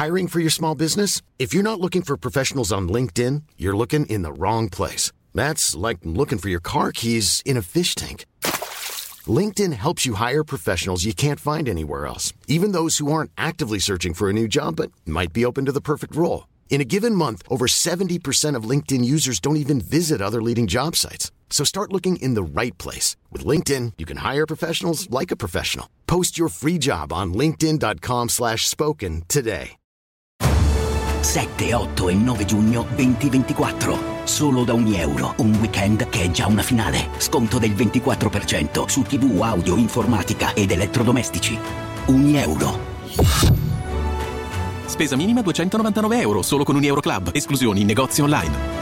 Hiring for your small business? If you're not looking for professionals on LinkedIn, you're looking in the wrong place. That's like looking for your car keys in a fish tank. LinkedIn helps you hire professionals you can't find anywhere else, even those who aren't actively searching for a new job but might be open to the perfect role. In a given month, over 70% of LinkedIn users don't even visit other leading job sites. So start looking in the right place. With LinkedIn, you can hire professionals like a professional. Post your free job on linkedin.com/spoken today. 7, 8 e 9 giugno 2024. Solo da €1. Un weekend che è già una finale. Sconto del 24% su TV, audio, informatica ed elettrodomestici. €1. Spesa minima €299, solo con un Club. Esclusioni in negozi online.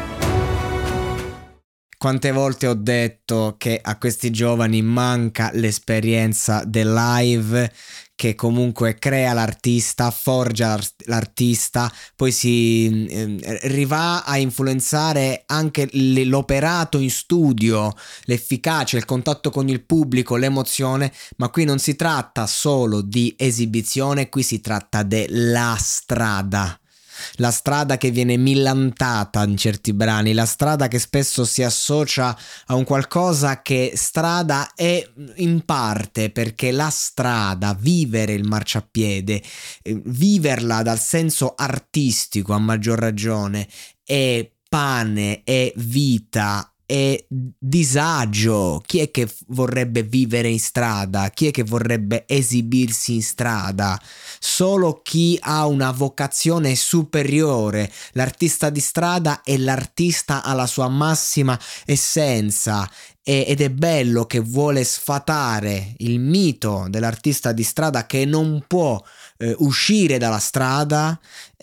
Quante volte ho detto che a questi giovani manca l'esperienza del live, che comunque crea l'artista, forgia l'artista, poi si arriva a influenzare anche l'operato in studio, l'efficacia, il contatto con il pubblico, l'emozione. Ma qui non si tratta solo di esibizione, qui si tratta della strada. La strada che viene millantata in certi brani, la strada che spesso si associa a un qualcosa che strada è in parte, perché la strada, vivere il marciapiede, viverla dal senso artistico a maggior ragione, è pane, è vita, è disagio. Chi è che vorrebbe vivere in strada? Chi è che vorrebbe esibirsi in strada? Solo chi ha una vocazione superiore. L'artista di strada è l'artista alla sua massima essenza, ed è bello che vuole sfatare il mito dell'artista di strada che non può uscire dalla strada.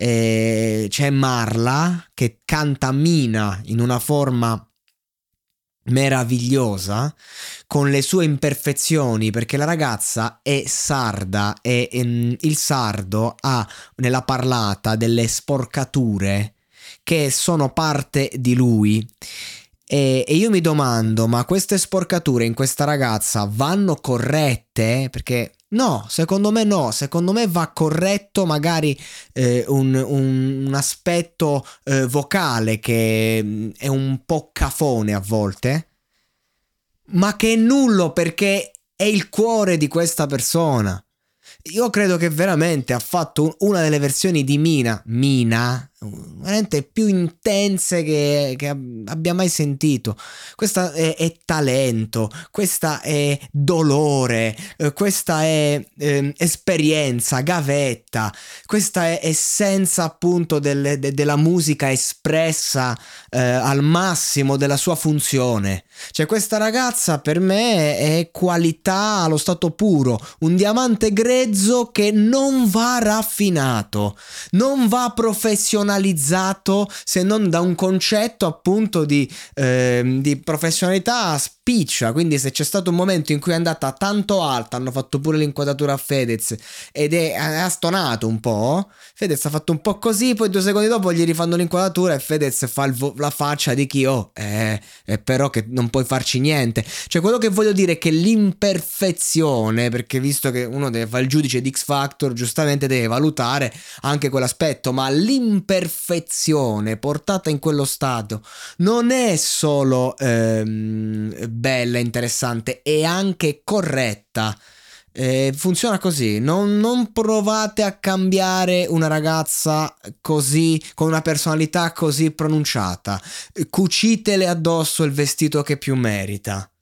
C'è Marla che canta Mina in una forma meravigliosa, con le sue imperfezioni, perché la ragazza è sarda e il sardo ha nella parlata delle sporcature che sono parte di lui. E io mi domando, ma queste sporcature in questa ragazza vanno corrette? Perché no, secondo me va corretto magari un aspetto vocale che è un po' cafone a volte, ma che è nullo perché è il cuore di questa persona. Io credo che veramente ha fatto una delle versioni di Mina veramente più intense che abbia mai sentito. Questa è talento, questa è dolore, questa è esperienza, gavetta, questa è essenza appunto della musica espressa al massimo della sua funzione. Cioè questa ragazza per me è qualità allo stato puro, un diamante grezzo che non va raffinato, non va professionalizzato, se non da un concetto appunto di professionalità spiccia. Quindi se c'è stato un momento in cui è andata tanto alta, hanno fatto pure l'inquadratura a Fedez ed ha stonato un po', Fedez ha fatto un po' così, poi 2 secondi dopo gli rifanno l'inquadratura e Fedez fa la faccia di chi però che non puoi farci niente. Cioè quello che voglio dire è che l'imperfezione, perché visto che uno deve fare il giudice di X Factor, giustamente deve valutare anche quell'aspetto, ma l'imperfezione portata in quello stato non è solo bella, interessante, è anche corretta. Funziona così. Non provate a cambiare una ragazza così, con una personalità così pronunciata. Cucitele addosso il vestito che più merita.